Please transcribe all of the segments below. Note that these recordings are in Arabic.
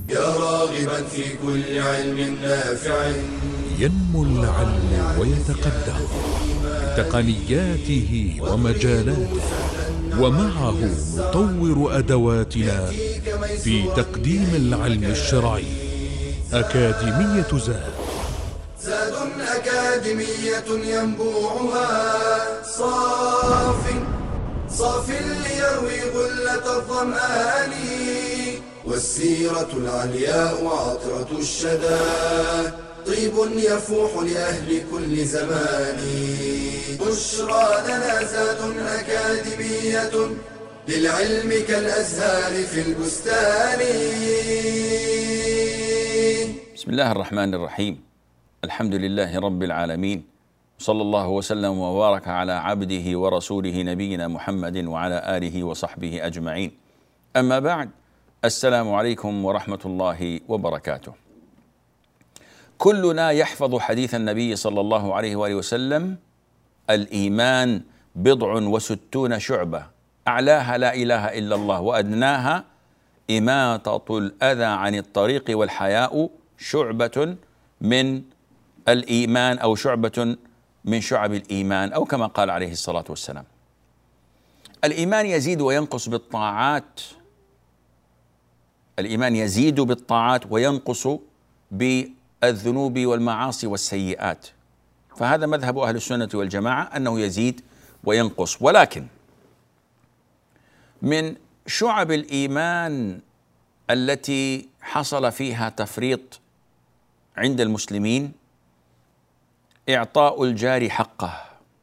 يا راغبا في كل علم نافع. ينمو العلم ويتقدم بتقنياته ومجالاته، ومعه نطور أدواتنا في تقديم العلم الشرعي. أكاديمية زاد أكاديمية ينبوعها صاف ليروي غلة الظمآن، والسيرة العلياء عطرة الشدى طيب يفوح لأهل كل زمان. بشرى لنا زاد أكاديمية للعلم كالأزهار في البستان. بسم الله الرحمن الرحيم. الحمد لله رب العالمين، صلى الله وسلم وبارك على عبده ورسوله نبينا محمد وعلى آله وصحبه أجمعين. أما بعد، السلام عليكم ورحمة الله وبركاته. كلنا يحفظ حديث النبي صلى الله عليه وآله وسلم: الإيمان 60 شعبة، أعلاها لا إله إلا الله، وأدناها إماطة الأذى عن الطريق، والحياء شعبة من الإيمان، أو شعبة من شعب الإيمان، أو كما قال عليه الصلاة والسلام. الإيمان يزيد وينقص بالطاعات، الإيمان يزيد بالطاعات وينقص بالذنوب والمعاصي والسيئات، فهذا مذهب أهل السنة والجماعة أنه يزيد وينقص. ولكن من شعب الإيمان التي حصل فيها تفريط عند المسلمين إعطاء الجار حقه.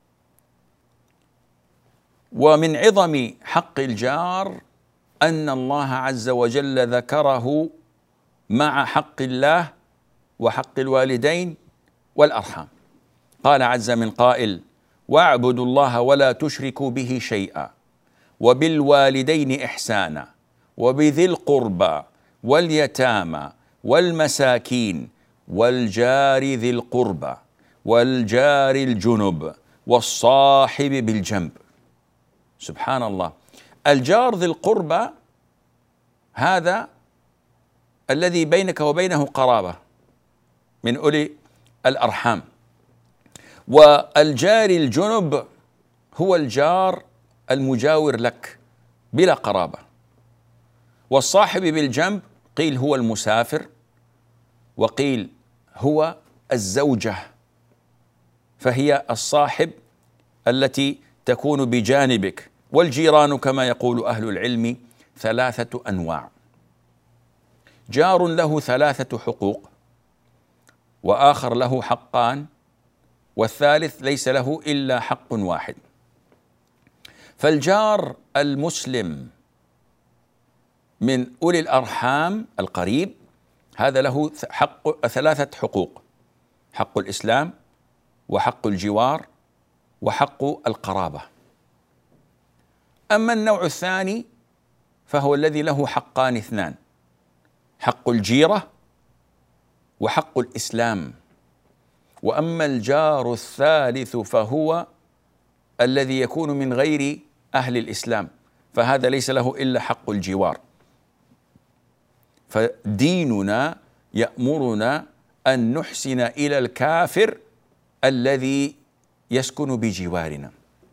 ومن عظم حق الجار أن الله عز وجل ذكره مع حق الله وحق الوالدين والأرحام. قال عز من قائل: واعبدوا الله ولا تشركوا به شيئا وبالوالدين إحسانا وبذي القربى واليتامى والمساكين والجار ذي القربى والجار الجنب والصاحب بالجنب. سبحان الله، الجار ذي القربى هذا الذي بينك وبينه قرابة من أولي الأرحام، والجار الجنب هو الجار المجاور لك بلا قرابة، والصاحب بالجنب قيل هو المسافر، وقيل هو الزوجة، فهي الصاحب التي تكون بجانبك. والجيران كما يقول أهل العلم 3 أنواع: جار له 3 حقوق، وآخر له حقان، والثالث ليس له إلا حق واحد. فالجار المسلم من أولي الأرحام القريب هذا له 3 حقوق: حق الإسلام، وحق الجوار، وحق القرابة. أما النوع الثاني فهو الذي له حقان 2: حق الجيرة وحق الإسلام. وأما الجار الثالث فهو الذي يكون من غير أهل الإسلام، فهذا ليس له إلا حق الجوار. فديننا يأمرنا أن نحسن إلى الكافر الذي يسكن بجوارنا.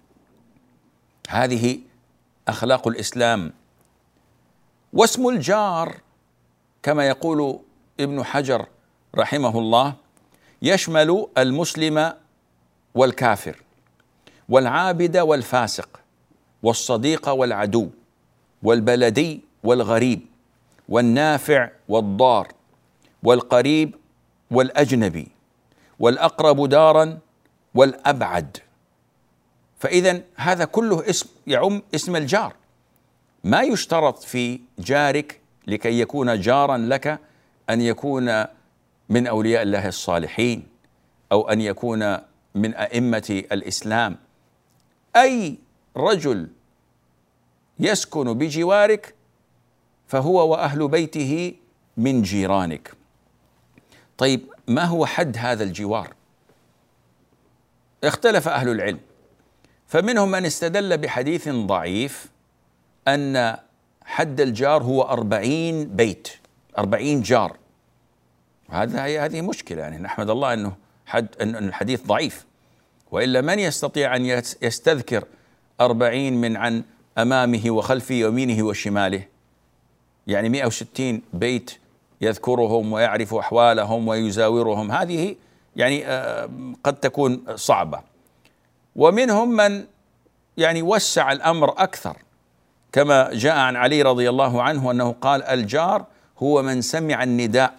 هذه أخلاق الإسلام. واسم الجار كما يقول ابن حجر رحمه الله يشمل المسلم والكافر، والعابد والفاسق، والصديق والعدو، والبلدي والغريب، والنافع والضار، والقريب والأجنبي، والأقرب دارا والأبعد. فإذا هذا كله يعم اسم الجار. ما يشترط في جارك لكي يكون جارا لك أن يكون من أولياء الله الصالحين، أو أن يكون من أئمة الإسلام. أي رجل يسكن بجوارك فهو وأهل بيته من جيرانك. طيب، ما هو حد هذا الجوار؟ اختلف أهل العلم، فمنهم من استدل بحديث ضعيف أن حد الجار هو 40 بيت، 40 جار. هذه مشكلة، يعني نحمد الله أنه أن الحديث ضعيف، وإلا من يستطيع أن يستذكر 40 من عن أمامه وخلفه ويمينه وشماله؟ يعني 160 بيت يذكرهم ويعرف أحوالهم ويزاورهم، هذه يعني قد تكون صعبة. ومنهم من يعني وسع الأمر أكثر، كما جاء عن علي رضي الله عنه أنه قال: الجار هو من سمع النداء،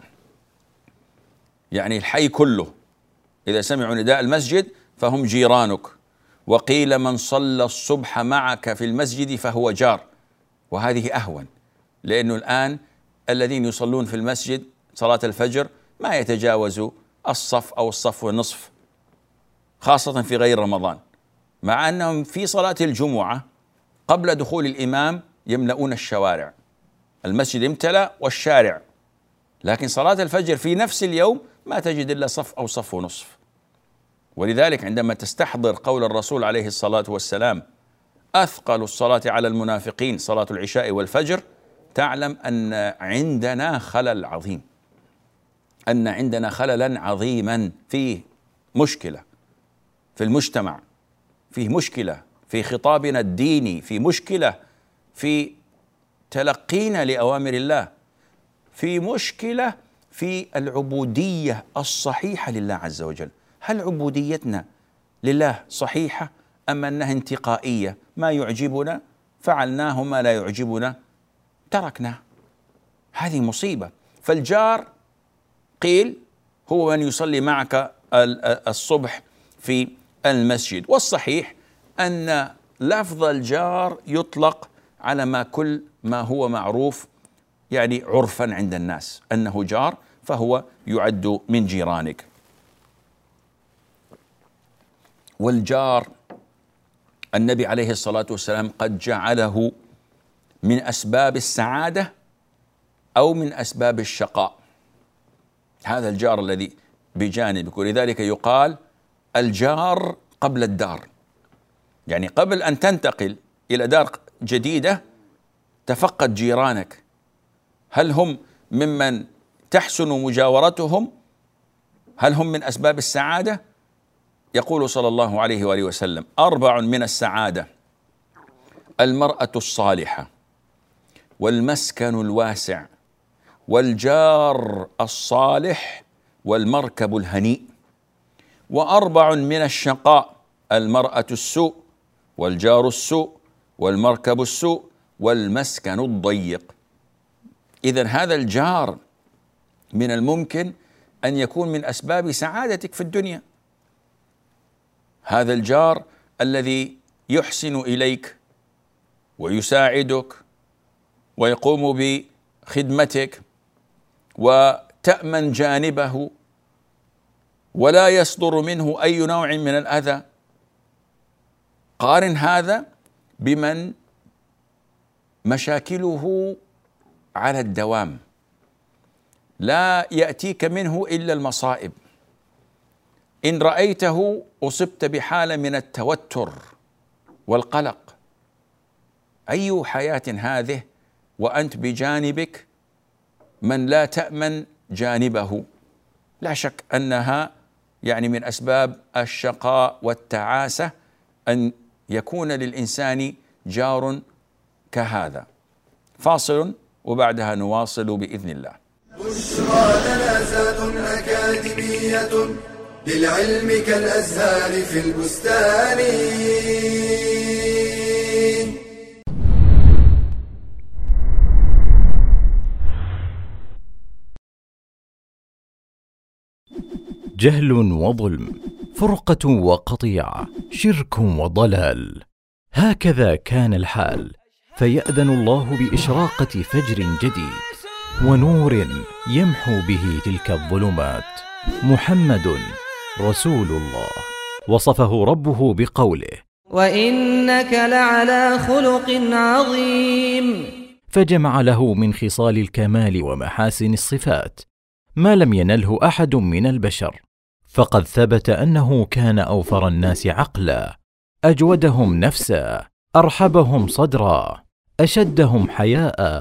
يعني الحي كله إذا سمعوا نداء المسجد فهم جيرانك. وقيل: من صلى الصبح معك في المسجد فهو جار. وهذه أهون، لأنه الآن الذين يصلون في المسجد صلاة الفجر ما يتجاوزوا الصف أو الصف والنصف، خاصة في غير رمضان، مع أنهم في صلاة الجمعة قبل دخول الإمام يملؤون الشوارع، المسجد امتلأ والشارع، لكن صلاة الفجر في نفس اليوم ما تجد إلا صف أو صف ونصف. ولذلك عندما تستحضر قول الرسول عليه الصلاة والسلام: أثقل الصلاة على المنافقين صلاة العشاء والفجر، تعلم أن عندنا خلل عظيم، أن عندنا خللا عظيما، فيه مشكلة في المجتمع، فيه مشكلة في خطابنا الديني، في مشكلة في تلقينا لأوامر الله، في مشكلة في العبودية الصحيحة لله عز وجل. هل عبوديتنا لله صحيحة أم أنها انتقائية؟ ما يعجبنا فعلناه، ما لا يعجبنا تركناه. هذه مصيبة. فالجار قيل هو من يصلي معك الصبح في المسجد، والصحيح أن لفظ الجار يطلق على كل ما هو معروف يعني عرفا عند الناس أنه جار، فهو يعد من جيرانك. والجار النبي عليه الصلاة والسلام قد جعله من أسباب السعادة أو من أسباب الشقاء، هذا الجار الذي بجانبك. ولذلك يقال: الجار قبل الدار، يعني قبل أن تنتقل إلى دار جديدة تفقد جيرانك، هل هم ممن تحسن مجاورتهم؟ هل هم من أسباب السعادة؟ يقول صلى الله عليه وآله وسلم: 4 من السعادة: المرأة الصالحة، والمسكن الواسع، والجار الصالح، والمركب الهنيء. 4 من الشقاء: المرأة السوء، والجار السوء، والمركب السوء، والمسكن الضيق. إذن هذا الجار من الممكن أن يكون من أسباب سعادتك في الدنيا، هذا الجار الذي يحسن إليك ويساعدك ويقوم بخدمتك وتأمن جانبه ولا يصدر منه أي نوع من الأذى. قارن هذا بمن مشاكله على الدوام، لا يأتيك منه إلا المصائب، إن رأيته أصبت بحالة من التوتر والقلق. أي حياة هذه وأنت بجانبك من لا تأمن جانبه؟ لا شك أنها يعني من أسباب الشقاء والتعاسة أن يكون للإنسان جار كهذا. فاصل وبعدها نواصل بإذن الله. بشرى لنا زاد أكاديمية للعلم كالأزهار في البستان. جهل وظلم، فرقة وقطيعة، شرك وضلال، هكذا كان الحال، فيأذن الله بإشراقة فجر جديد ونور يمحو به تلك الظلمات. محمد رسول الله، وصفه ربه بقوله: وإنك لعلى خلق عظيم، فجمع له من خصال الكمال ومحاسن الصفات ما لم ينله أحد من البشر. فقد ثبت أنه كان أوفر الناس عقلا، أجودهم نفسا، أرحبهم صدرا، أشدهم حياء،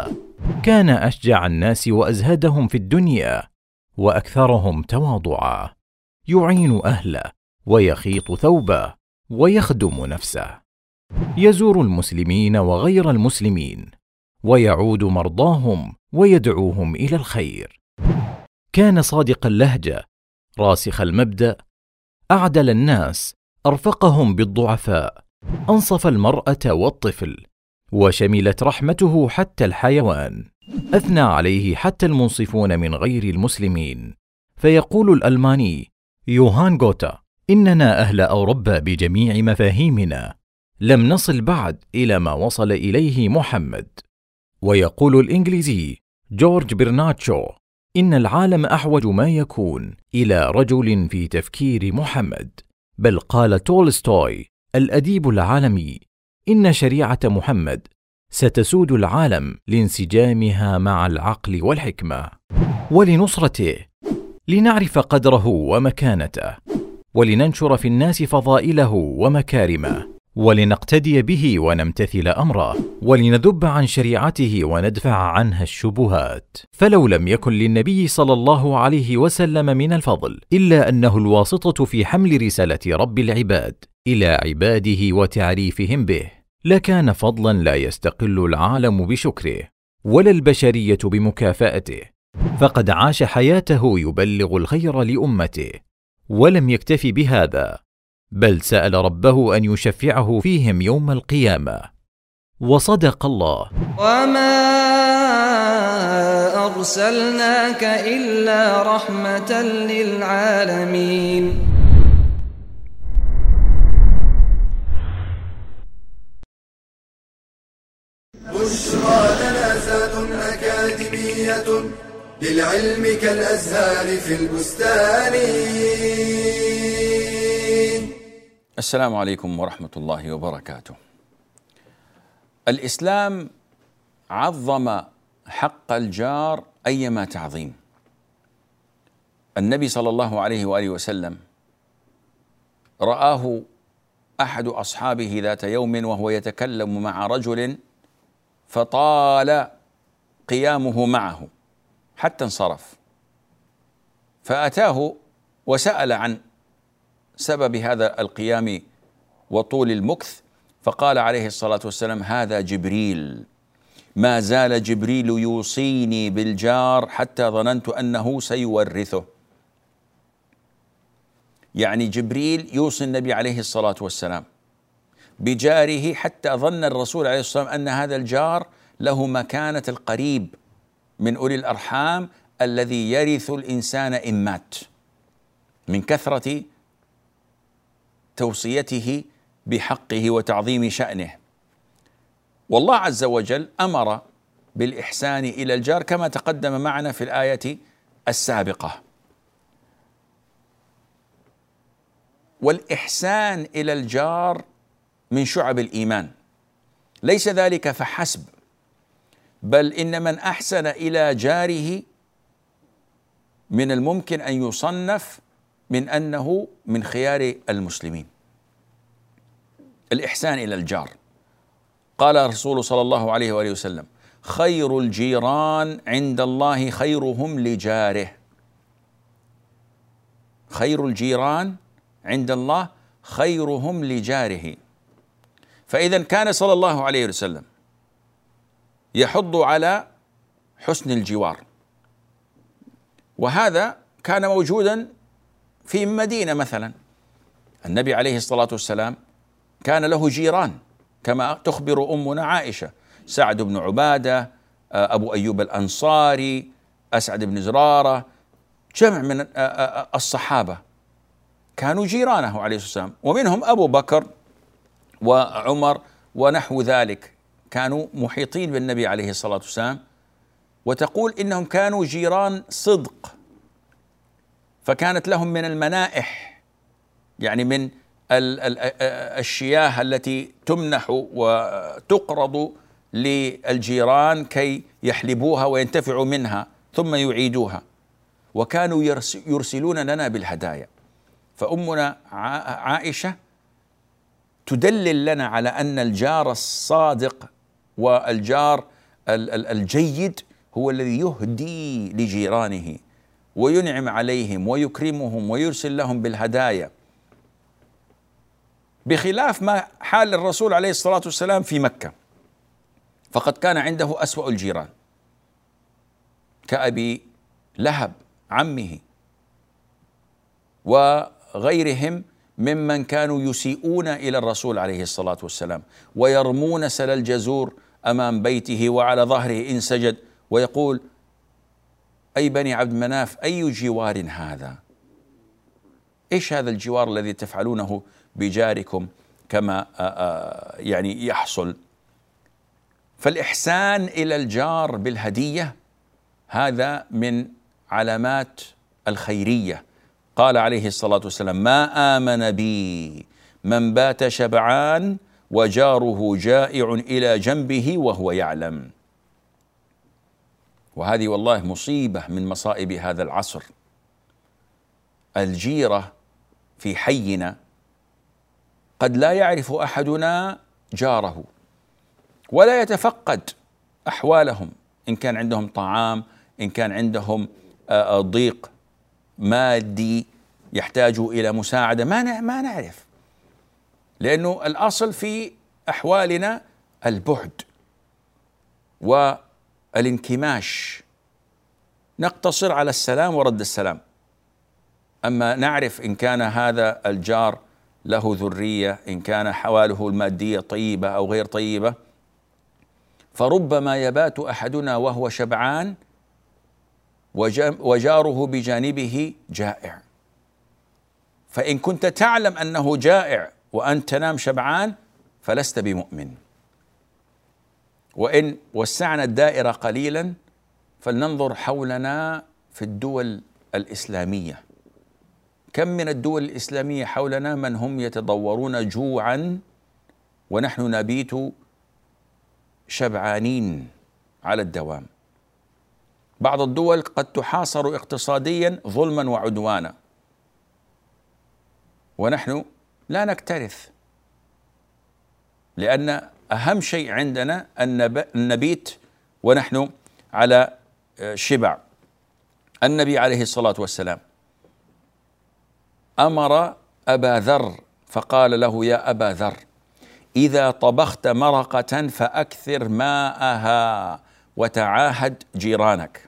كان أشجع الناس وأزهدهم في الدنيا وأكثرهم تواضعا، يعين أهله ويخيط ثوبه ويخدم نفسه، يزور المسلمين وغير المسلمين ويعود مرضاهم ويدعوهم إلى الخير. كان صادق اللهجة، راسخ المبدأ، أعدل الناس، أرفقهم بالضعفاء، أنصف المرأة والطفل، وشملت رحمته حتى الحيوان. أثنى عليه حتى المنصفون من غير المسلمين، فيقول الألماني يوهان غوتا: إننا أهل أوروبا بجميع مفاهيمنا لم نصل بعد إلى ما وصل إليه محمد. ويقول الإنجليزي جورج برنارد شو: إن العالم أحوج ما يكون إلى رجل في تفكير محمد. بل قال تولستوي الأديب العالمي: إن شريعة محمد ستسود العالم لانسجامها مع العقل والحكمة. ولنصرته، لنعرف قدره ومكانته، ولننشر في الناس فضائله ومكارمه، ولنقتدي به ونمتثل أمره، ولنذب عن شريعته وندفع عنها الشبهات. فلو لم يكن للنبي صلى الله عليه وسلم من الفضل إلا أنه الواسطة في حمل رسالة رب العباد إلى عباده وتعريفهم به، لكان فضلا لا يستقل العالم بشكره ولا البشرية بمكافأته. فقد عاش حياته يبلغ الخير لأمته، ولم يكتف بهذا، بل سأل ربه أن يشفعه فيهم يوم القيامة. وصدق الله: وما أرسلناك إلا رحمة للعالمين. بشرى لنا زاد أكاديمية للعلم كالأزهار في البستان. السلام عليكم ورحمة الله وبركاته. الإسلام عظم حق الجار أيما تعظيم. النبي صلى الله عليه وآله وسلم رآه أحد أصحابه ذات يوم وهو يتكلم مع رجل، فطال قيامه معه حتى انصرف، فأتاه وسأل عن سبب هذا القيام وطول المكث، فقال عليه الصلاة والسلام: هذا جبريل، ما زال جبريل يوصيني بالجار حتى ظننت أنه سيورثه. يعني جبريل يوصي النبي عليه الصلاة والسلام بجاره حتى ظن الرسول عليه الصلاة والسلام أن هذا الجار له مكانة القريب من أولي الأرحام الذي يرث الإنسان إن مات، من كثرة توصيته بحقه وتعظيم شأنه. والله عز وجل أمر بالإحسان إلى الجار كما تقدم معنا في الآية السابقة. والإحسان إلى الجار من شعب الإيمان، ليس ذلك فحسب، بل إن من أحسن إلى جاره من الممكن أن يصنف من أنه من خيار المسلمين. الإحسان إلى الجار، قال الرسول صلى الله عليه وآله وسلم: خير الجيران عند الله خيرهم لجاره. خير الجيران عند الله خيرهم لجاره. فإذا كان صلى الله عليه وسلم يحض على حسن الجوار، وهذا كان موجودا في مدينة مثلا. النبي عليه الصلاة والسلام كان له جيران كما تخبر أمنا عائشة: سعد بن عبادة، أبو أيوب الأنصاري، أسعد بن زرارة، جمع من الصحابة كانوا جيرانه عليه الصلاة والسلام، ومنهم أبو بكر وعمر ونحو ذلك، كانوا محيطين بالنبي عليه الصلاة والسلام. وتقول إنهم كانوا جيران صدق، فكانت لهم من المنائح، يعني من الشياه التي تمنح وتقرض للجيران كي يحلبوها وينتفعوا منها ثم يعيدوها، وكانوا يرسلون لنا بالهدايا. فأمنا عائشة تدلل لنا على أن الجار الصادق والجار الجيد هو الذي يهدي لجيرانه وينعم عليهم ويكرمهم ويرسل لهم بالهدايا، بخلاف ما حال الرسول عليه الصلاة والسلام في مكة، فقد كان عنده أسوأ الجيران كأبي لهب عمه وغيرهم ممن كانوا يسيئون إلى الرسول عليه الصلاة والسلام ويرمون سل الجزور أمام بيته وعلى ظهره إن سجد، ويقول: أي بني عبد مناف أي جوار هذا؟ إيش هذا الجوار الذي تفعلونه بجاركم كما يعني يحصل؟ فالإحسان إلى الجار بالهدية هذا من علامات الخيرية. قال عليه الصلاة والسلام: ما آمن بي من بات شبعان وجاره جائع إلى جنبه وهو يعلم. وهذه والله مصيبة من مصائب هذا العصر. الجيرة في حينا قد لا يعرف أحدنا جاره ولا يتفقد أحوالهم، إن كان عندهم طعام، إن كان عندهم ضيق مادي يحتاجوا إلى مساعدة، ما نعرف، لأنه الأصل في أحوالنا البعد والانكماش، نقتصر على السلام ورد السلام. أما نعرف إن كان هذا الجار له ذرية، إن كان أحواله المادية طيبة أو غير طيبة، فربما يبات أحدنا وهو شبعان وجاره بجانبه جائع. فإن كنت تعلم أنه جائع وأنت تنام شبعان فلست بمؤمن. وإن وسعنا الدائرة قليلا فلننظر حولنا في الدول الإسلامية، كم من الدول الإسلامية حولنا من هم يتضورون جوعا ونحن نبيت شبعانين على الدوام. بعض الدول قد تحاصر اقتصاديا ظلما وعدوانا ونحن لا نكترث، لأن أهم شيء عندنا أن نبيت ونحن على شبع. النبي عليه الصلاة والسلام أمر أبا ذر فقال له: يا أبا ذر، إذا طبخت مرقة فأكثر ماءها وتعاهد جيرانك.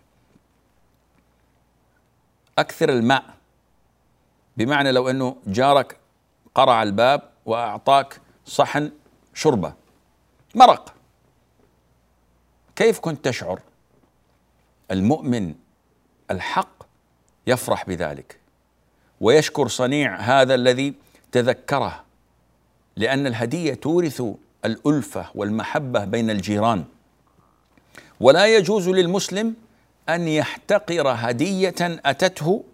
أكثر الماء، بمعنى لو أنه جارك قرع الباب وأعطاك صحن شوربة مرق، كيف كنت تشعر؟ المؤمن الحق يفرح بذلك ويشكر صنيع هذا الذي تذكره، لأن الهدية تورث الألفة والمحبة بين الجيران. ولا يجوز للمسلم أن يحتقر هدية أتته،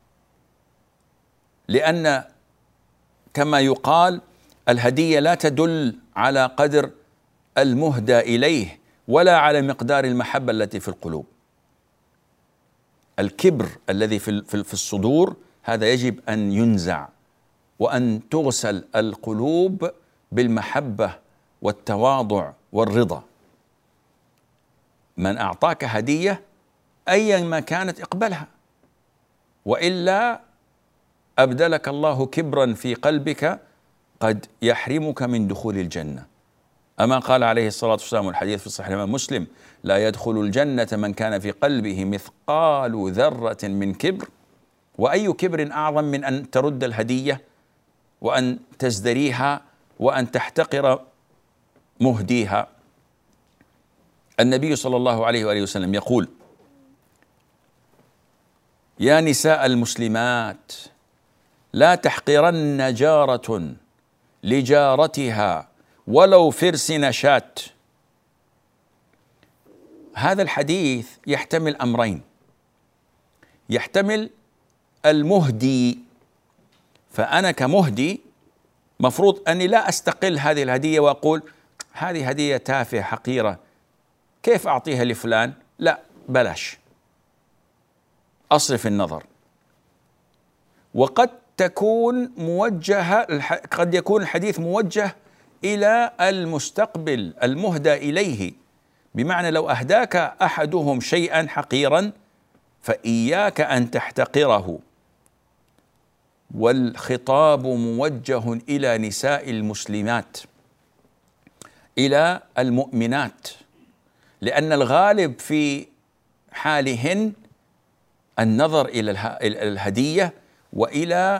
لأن كما يقال الهدية لا تدل على قدر المهدى إليه ولا على مقدار المحبة التي في القلوب. الكبر الذي في الصدور هذا يجب أن ينزع، وأن تغسل القلوب بالمحبة والتواضع والرضا. من أعطاك هدية أيا ما كانت اقبلها، وإلا أبدلك الله كبرا في قلبك قد يحرمك من دخول الجنة. أما قال عليه الصلاة والسلام الحديث في صحيح الإمام مسلم: لا يدخل الجنة من كان في قلبه مثقال ذرة من كبر. وأي كبر أعظم من أن ترد الهدية وأن تزدريها وأن تحتقر مهديها. النبي صلى الله عليه وآله وسلم يقول: يا نساء المسلمات، لا تحقرن جارة لجارتها ولو فرس نشاة. هذا الحديث يحتمل أمرين: يحتمل المهدي، فأنا كمهدي مفروض أني لا أستقل هذه الهدية وأقول هذه هدية تافهة حقيرة كيف أعطيها لفلان، لا بلاش، أصرف النظر. وقد تكون موجهة، قد يكون الحديث موجه إلى المستقبل المهدى إليه، بمعنى لو أهداك أحدهم شيئا حقيرا فإياك أن تحتقره. والخطاب موجه إلى نساء المسلمات، إلى المؤمنات، لأن الغالب في حالهن النظر إلى الهدية وإلى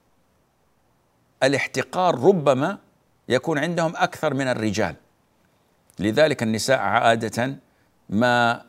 الاحتقار، ربما يكون عندهم أكثر من الرجال. لذلك النساء عادة ما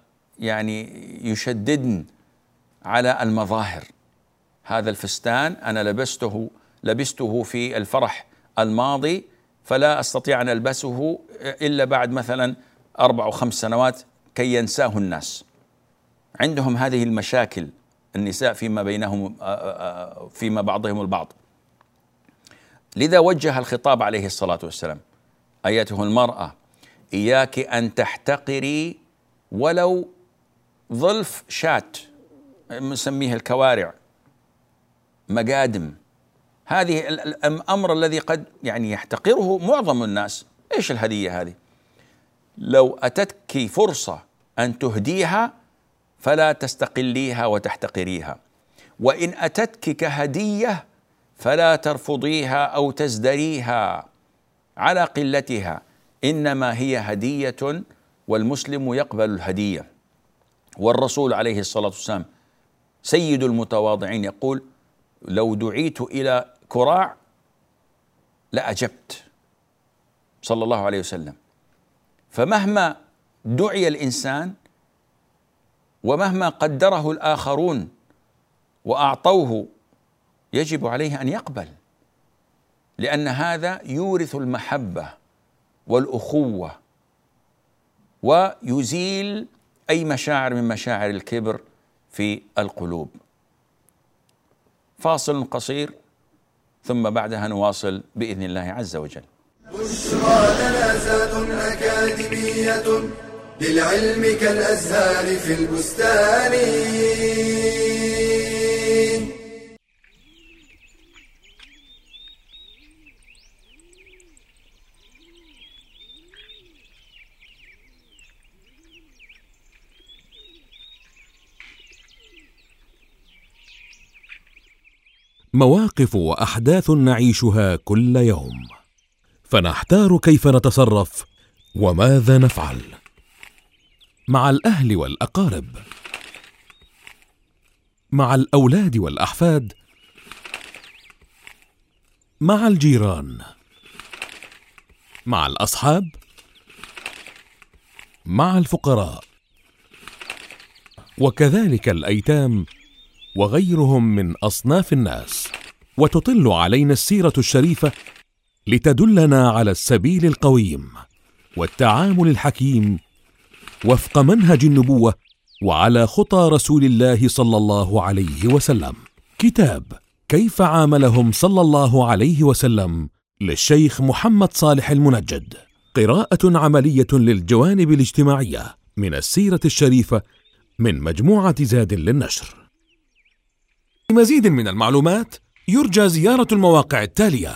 يشددن على المظاهر. هذا الفستان أنا لبسته في الفرح الماضي، فلا أستطيع أن ألبسه إلا بعد مثلا 4 أو 5 سنوات كي ينساه الناس. عندهم هذه المشاكل النساء فيما بينهم، فيما بعضهم البعض. لذا وجه الخطاب عليه الصلاة والسلام: أيتها المرأة إياك أن تحتقري ولو ظلف شاة، نسميه الكوارع، مقادم. هذه الأمر الذي قد يحتقره معظم الناس. إيش الهدية هذه؟ لو أتتك فرصة أن تهديها فلا تستقليها وتحتقريها، وإن أتتك كهدية فلا ترفضيها أو تزدريها على قلتها، إنما هي هدية والمسلم يقبل الهدية. والرسول عليه الصلاة والسلام سيد المتواضعين يقول: لو دعيت إلى كراع لأجبت، صلى الله عليه وسلم. فمهما دعي الإنسان ومهما قدره الآخرون وأعطوه يجب عليه أن يقبل، لأن هذا يورث المحبة والأخوة ويزيل أي مشاعر من مشاعر الكبر في القلوب. فاصل قصير ثم بعدها نواصل بإذن الله عز وجل. بشرى لنا زاد أكاديمية للعلم كالأزهار في البستان. مواقف وأحداث نعيشها كل يوم، فنحتار كيف نتصرف وماذا نفعل مع الأهل والأقارب، مع الأولاد والأحفاد، مع الجيران، مع الأصحاب، مع الفقراء، وكذلك الأيتام وغيرهم من أصناف الناس. وتطل علينا السيرة الشريفة لتدلنا على السبيل القويم والتعامل الحكيم وفق منهج النبوة وعلى خطى رسول الله صلى الله عليه وسلم. كتاب كيف عاملهم صلى الله عليه وسلم للشيخ محمد صالح المنجد، قراءة عملية للجوانب الاجتماعية من السيرة الشريفة من مجموعة زاد للنشر. لمزيد من المعلومات يرجى زيارة المواقع التالية: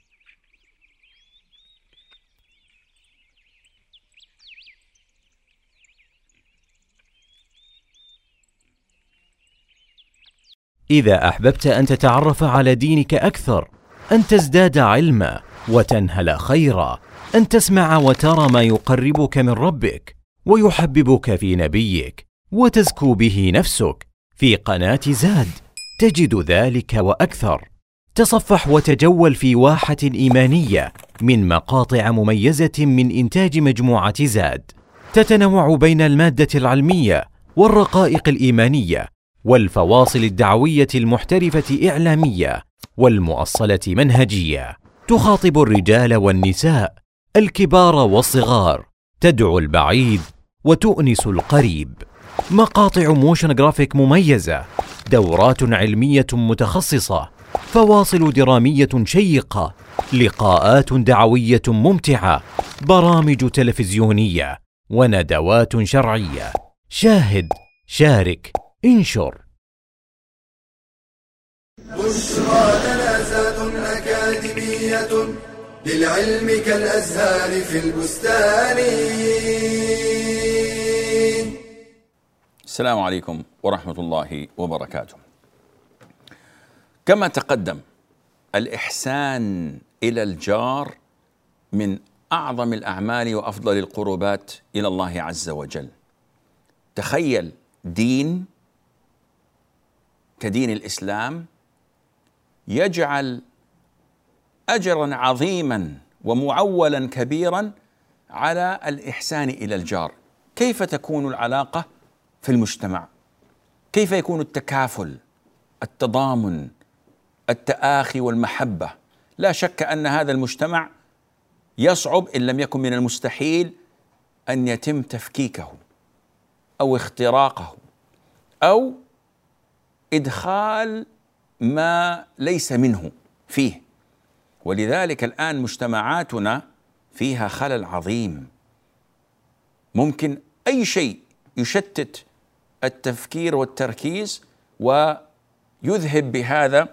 إذا أحببت أن تتعرف على دينك أكثر، أن تزداد علما وتنهل خيرا، أن تسمع وترى ما يقربك من ربك ويحببك في نبيك وتزكو به نفسك، في قناة زاد تجد ذلك وأكثر. تصفح وتجول في واحة إيمانية من مقاطع مميزة من إنتاج مجموعة زاد، تتنوع بين المادة العلمية والرقائق الإيمانية والفواصل الدعوية المحترفة إعلامية والمؤصلة منهجية، تخاطب الرجال والنساء، الكبار والصغار، تدعو البعيد وتؤنس القريب. مقاطع موشن جرافيك مميزة، دورات علمية متخصصة، فواصل درامية شيقة، لقاءات دعوية ممتعة، برامج تلفزيونية وندوات شرعية. شاهد، شارك، انشر. بشرى لنا زاد أكاديمية للعلم كالأزهار في البستان. السلام عليكم ورحمة الله وبركاته. كما تقدم، الإحسان إلى الجار من أعظم الأعمال وأفضل القربات إلى الله عز وجل. تخيل دين كدين الإسلام يجعل أجرا عظيما ومعولا كبيرا على الإحسان إلى الجار. كيف تكون العلاقة في المجتمع؟ كيف يكون التكافل، التضامن، التآخي والمحبة؟ لا شك أن هذا المجتمع يصعب إن لم يكن من المستحيل أن يتم تفكيكه أو اختراقه أو إدخال ما ليس منه فيه. ولذلك الآن مجتمعاتنا فيها خلل عظيم، ممكن أي شيء يشتت التفكير والتركيز ويذهب بهذا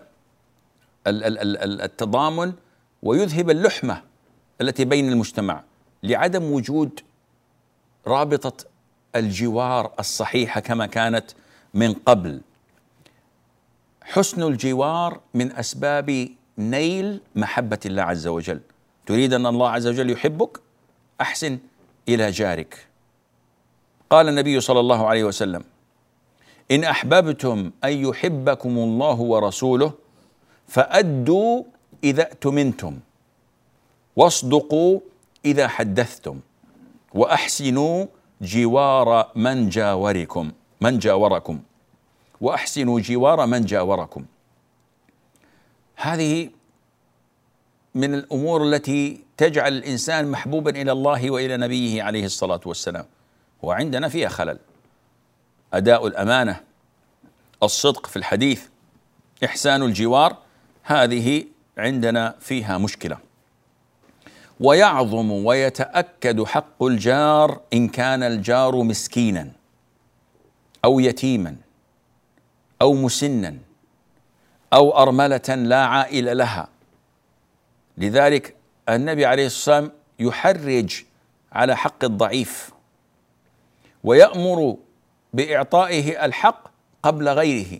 التضامن ويذهب اللحمة التي بين المجتمع لعدم وجود رابطة الجوار الصحيحة كما كانت من قبل. حسن الجوار من أسباب نيل محبة الله عز وجل. تريد أن الله عز وجل يحبك؟ أحسن إلى جارك. قال النبي صلى الله عليه وسلم: إن أحببتم أن يحبكم الله ورسوله فأدوا إذا اؤتمنتم، واصدقوا إذا حدثتم، وأحسنوا جوار من جاوركم وأحسنوا جوار من جاوركم. هذه من الأمور التي تجعل الإنسان محبوبا إلى الله وإلى نبيه عليه الصلاة والسلام، وعندنا فيها خلل. أداء الأمانة، الصدق في الحديث، إحسان الجوار، هذه عندنا فيها مشكلة. ويعظم ويتأكد حق الجار إن كان الجار مسكينا أو يتيما أو مسنا أو أرملة لا عائل لها. لذلك النبي عليه الصلاة والسلام يحرج على حق الضعيف ويأمر بإعطائه الحق قبل غيره.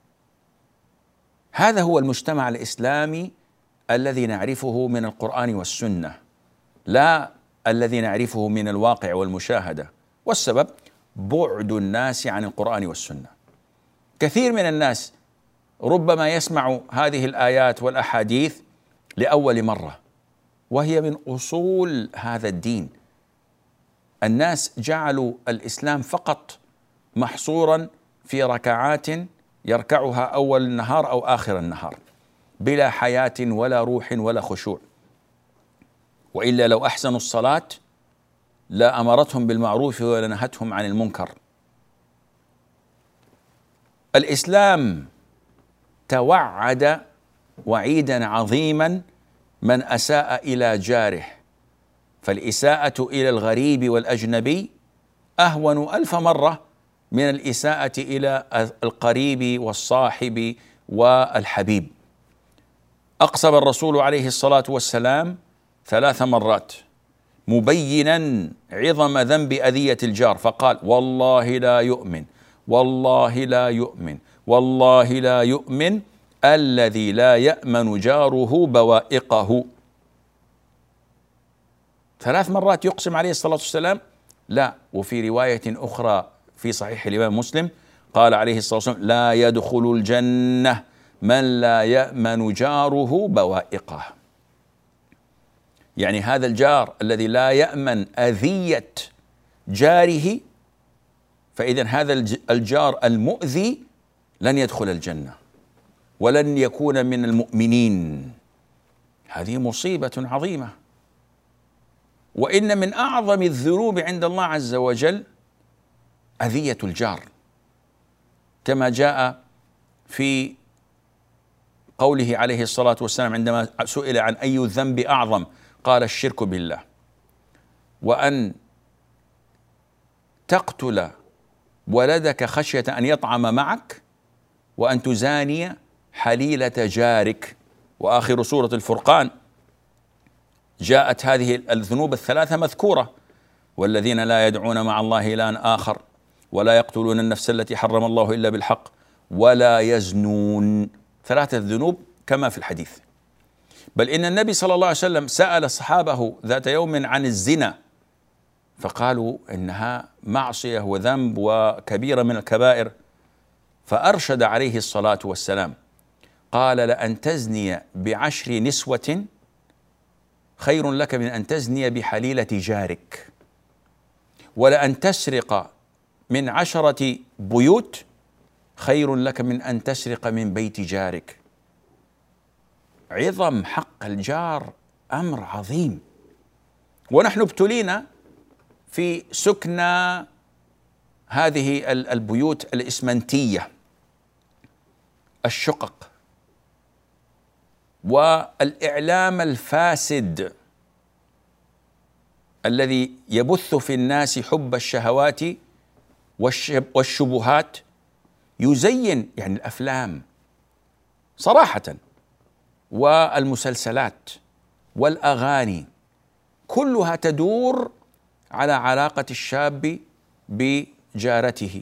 هذا هو المجتمع الإسلامي الذي نعرفه من القرآن والسنة، لا الذي نعرفه من الواقع والمشاهدة. والسبب بعد الناس عن القرآن والسنة. كثير من الناس ربما يسمع هذه الآيات والأحاديث لأول مرة، وهي من أصول هذا الدين. الناس جعلوا الإسلام فقط محصورا في ركعات يركعها أول النهار أو آخر النهار، بلا حياة ولا روح ولا خشوع. وإلا لو أحسنوا الصلاة لا أمرتهم بالمعروف ولا نهتهم عن المنكر. الإسلام توعد وعيدا عظيما من أساء إلى جاره، فالإساءة إلى الغريب والأجنبي أهون 1000 مرة من الإساءة إلى القريب والصاحب والحبيب. أقسم الرسول عليه الصلاة والسلام 3 مرات مبينا عظم ذنب أذية الجار، فقال: والله لا يؤمن، والله لا يؤمن، والله لا يؤمن الذي لا يأمن جاره بوائقه. 3 مرات يقسم عليه الصلاة والسلام. لا، وفي رواية أخرى في صحيح الإمام مسلم قال عليه الصلاة والسلام: لا يدخل الجنة من لا يأمن جاره بوائقه. يعني هذا الجار الذي لا يأمن أذية جاره، فإذا هذا الجار المؤذي لن يدخل الجنة ولن يكون من المؤمنين. هذه مصيبة عظيمة. وإن من أعظم الذنوب عند الله عز وجل أذية الجار، كما جاء في قوله عليه الصلاة والسلام عندما سئل عن أي الذنب أعظم قال: الشرك بالله، وأن تقتل ولدك خشية أن يطعم معك، وأن تزاني حليلة جارك. وآخر سورة الفرقان جاءت هذه الذنوب الثلاثة مذكورة: والذين لا يدعون مع الله إلها آخر، ولا يقتلون النفس التي حرم الله إلا بالحق ولا يزنون. 3 ذنوب كما في الحديث. بل إن النبي صلى الله عليه وسلم سأل أصحابه ذات يوم عن الزنا فقالوا إنها معصية وذنب وكبيرة من الكبائر، فأرشد عليه الصلاة والسلام قال: لأن تزني ب10 نسوة خير لك من أن تزني بحليلة جارك، ولأن تسرق من 10 بيوت خير لك من أن تسرق من بيت جارك. عظم حق الجار أمر عظيم، ونحن ابتلينا في سكنى هذه البيوت الإسمنتية، الشقق، والإعلام الفاسد الذي يبث في الناس حب الشهوات والشبهات، يزين يعني الأفلام صراحة والمسلسلات والأغاني كلها تدور على علاقة الشاب بجارته،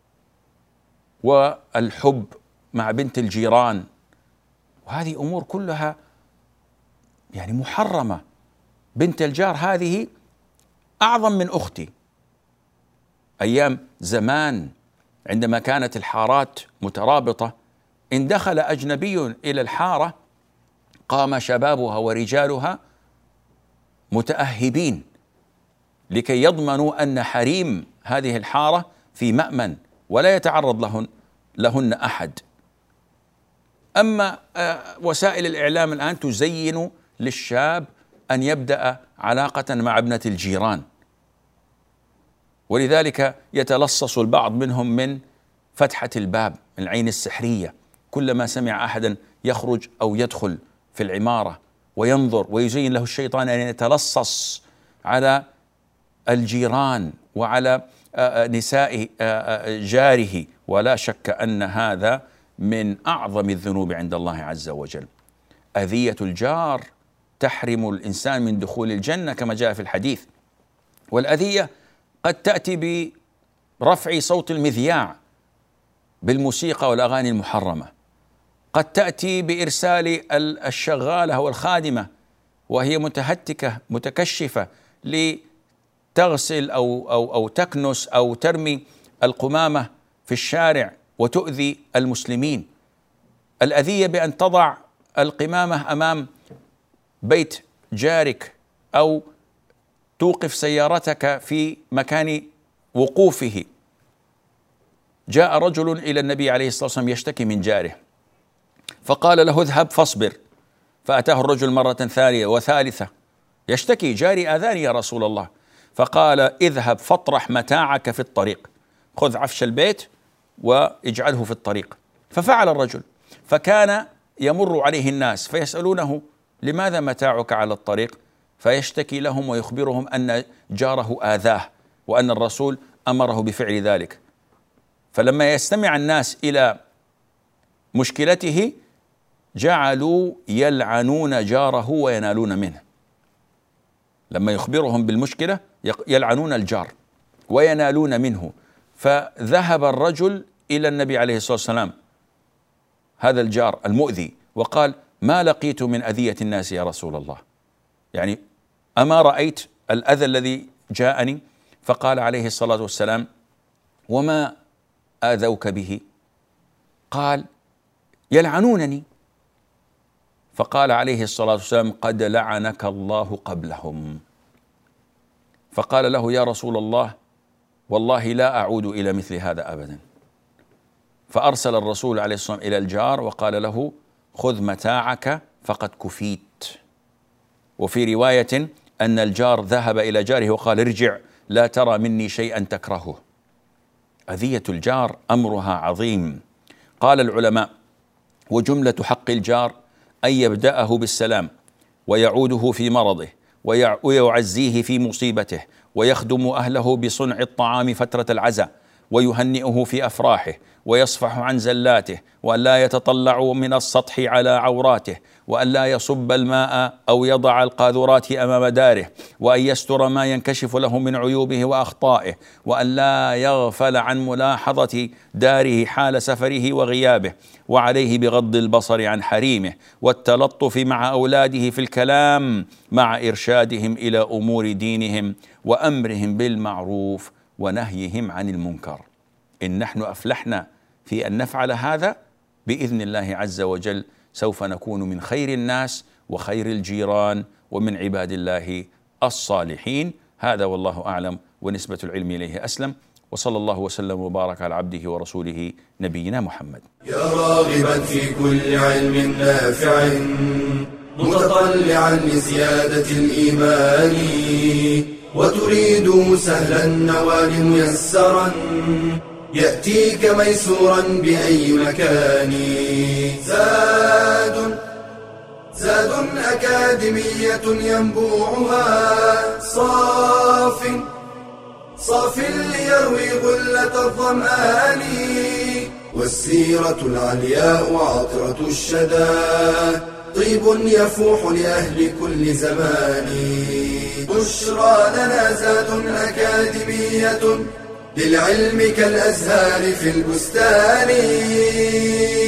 والحب مع بنت الجيران، وهذه أمور كلها يعني محرمة. بنت الجار هذه أعظم من أختي. أيام زمان عندما كانت الحارات مترابطة، إن دخل أجنبي إلى الحارة قام شبابها ورجالها متأهبين لكي يضمنوا أن حريم هذه الحارة في مأمن ولا يتعرض لهن أحد. أما وسائل الإعلام الآن تزين للشاب أن يبدأ علاقة مع ابنة الجيران، ولذلك يتلصص البعض منهم من فتحة الباب، العين السحرية، كلما سمع أحدا يخرج أو يدخل في العمارة وينظر ويزين له الشيطان أن يتلصص على الجيران وعلى نساء جاره، ولا شك أن هذا من أعظم الذنوب عند الله عز وجل. أذية الجار تحرم الإنسان من دخول الجنة كما جاء في الحديث. والأذية قد تأتي برفع صوت المذياع بالموسيقى والأغاني المحرمة، قد تأتي بإرسال الشغالة والخادمة وهي متهتكة متكشفة لتغسل أو تكنس أو ترمي القمامة في الشارع وتؤذي المسلمين. الأذية بأن تضع القمامة أمام بيت جارك أو توقف سيارتك في مكان وقوفه. جاء رجل إلى النبي عليه الصلاة والسلام يشتكي من جاره، فقال له: اذهب فاصبر. فأتاه الرجل مرة ثانية وثالثة يشتكي: جاري آذاني يا رسول الله. فقال: اذهب فاطرح متاعك في الطريق، خذ عفش البيت واجعله في الطريق. ففعل الرجل، فكان يمر عليه الناس فيسألونه: لماذا متاعك على الطريق؟ فيشتكي لهم ويخبرهم أن جاره آذاه وأن الرسول أمره بفعل ذلك. فلما يستمع الناس إلى مشكلته جعلوا يلعنون جاره وينالون منه. لما يخبرهم بالمشكلة يلعنون الجار وينالون منه. فذهب الرجل إلى النبي عليه الصلاة والسلام، هذا الجار المؤذي، وقال: ما لقيت من أذية الناس يا رسول الله، يعني أما رأيت الأذى الذي جاءني؟ فقال عليه الصلاة والسلام: وما آذوك به؟ قال: يلعنونني. فقال عليه الصلاة والسلام: قد لعنك الله قبلهم. فقال له: يا رسول الله والله لا أعود إلى مثل هذا أبدا. فأرسل الرسول عليه الصلاة والسلام إلى الجار وقال له: خذ متاعك فقد كفيت. وفي رواية أن الجار ذهب إلى جاره وقال: ارجع لا ترى مني شيئا تكرهه. أذية الجار أمرها عظيم. قال العلماء: وجملة حق الجار أن يبدأه بالسلام ويعوده في مرضه ويعزيه في مصيبته ويخدم أهله بصنع الطعام فترة العزاء ويهنئه في أفراحه ويصفح عن زلاته، وأن لا يتطلع من السطح على عوراته، وأن لا يصب الماء أو يضع القاذورات أمام داره، وأن يستر ما ينكشف له من عيوبه وأخطائه، وأن لا يغفل عن ملاحظة داره حال سفره وغيابه، وعليه بغض البصر عن حريمه، والتلطف مع أولاده في الكلام مع إرشادهم إلى أمور دينهم وأمرهم بالمعروف ونهيهم عن المنكر. إن نحن أفلحنا في أن نفعل هذا بإذن الله عز وجل سوف نكون من خير الناس وخير الجيران ومن عباد الله الصالحين. هذا والله أعلم، ونسبة العلم إليه أسلم، وصلى الله وسلم وبارك على عبده ورسوله نبينا محمد. يا راغبا في كل علم نافع متطلعا لزيادة الإيمان، وتريد سهلا النوال ميسرا يأتيك ميسورا بأي مكان. زاد أكاديمية ينبوعها صاف ليروي غلة الظمآن، والسيرة العلياء عطرة الشدى طيب يفوح لأهل كل زمان. بشرى لنا زاد أكاديمية للعلم كالأزهار في البستان.